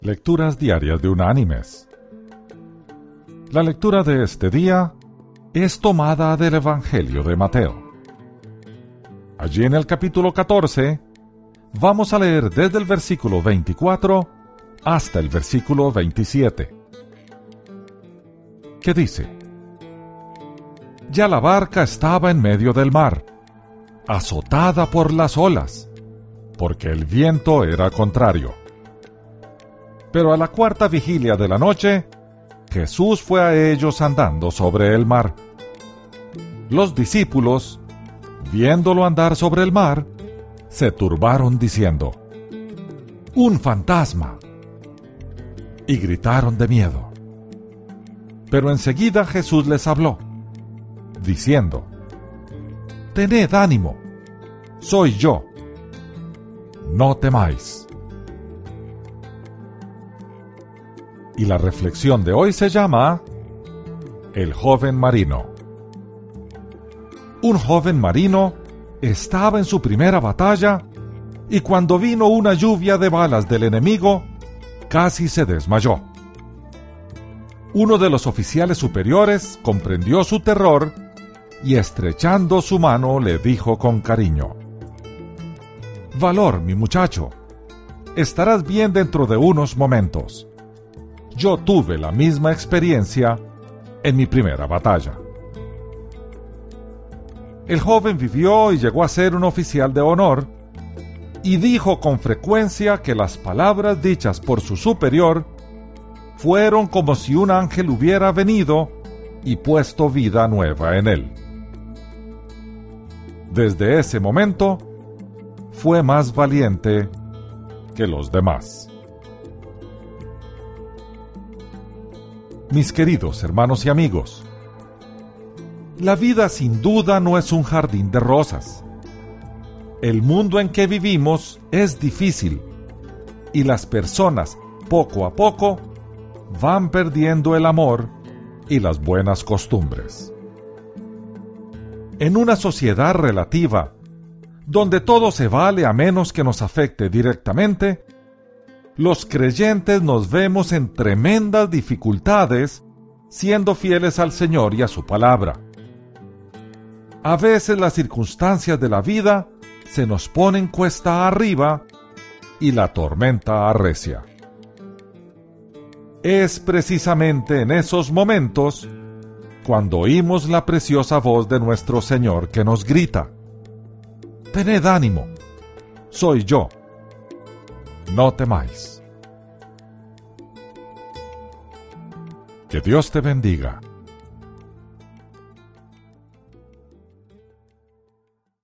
Lecturas diarias de Unánimes. La lectura de este día es tomada del Evangelio de Mateo. Allí en el capítulo 14, vamos a leer desde el versículo 24 hasta el versículo 27, que dice: Ya la barca estaba en medio del mar, azotada por las olas, porque el viento era contrario. Pero a la cuarta vigilia de la noche, Jesús fue a ellos andando sobre el mar. Los discípulos, viéndolo andar sobre el mar, se turbaron diciendo: ¡Un fantasma! Y gritaron de miedo. Pero enseguida Jesús les habló, diciendo: Tened ánimo, soy yo, no temáis. Y la reflexión de hoy se llama El joven marino. Un joven marino estaba en su primera batalla y cuando vino una lluvia de balas del enemigo, casi se desmayó. Uno de los oficiales superiores comprendió su terror y estrechando su mano le dijo con cariño: Valor, mi muchacho, estarás bien dentro de unos momentos. Yo tuve la misma experiencia en mi primera batalla. El joven vivió y llegó a ser un oficial de honor, y dijo con frecuencia que las palabras dichas por su superior fueron como si un ángel hubiera venido y puesto vida nueva en él. Desde ese momento, fue más valiente que los demás. Mis queridos hermanos y amigos, la vida sin duda no es un jardín de rosas. El mundo en que vivimos es difícil y las personas, poco a poco, van perdiendo el amor y las buenas costumbres. En una sociedad relativa, donde todo se vale a menos que nos afecte directamente, los creyentes nos vemos en tremendas dificultades siendo fieles al Señor y a su palabra. A veces las circunstancias de la vida se nos ponen cuesta arriba y la tormenta arrecia. Es precisamente en esos momentos cuando oímos la preciosa voz de nuestro Señor que nos grita: Tened ánimo, soy yo, no temáis. Que Dios te bendiga.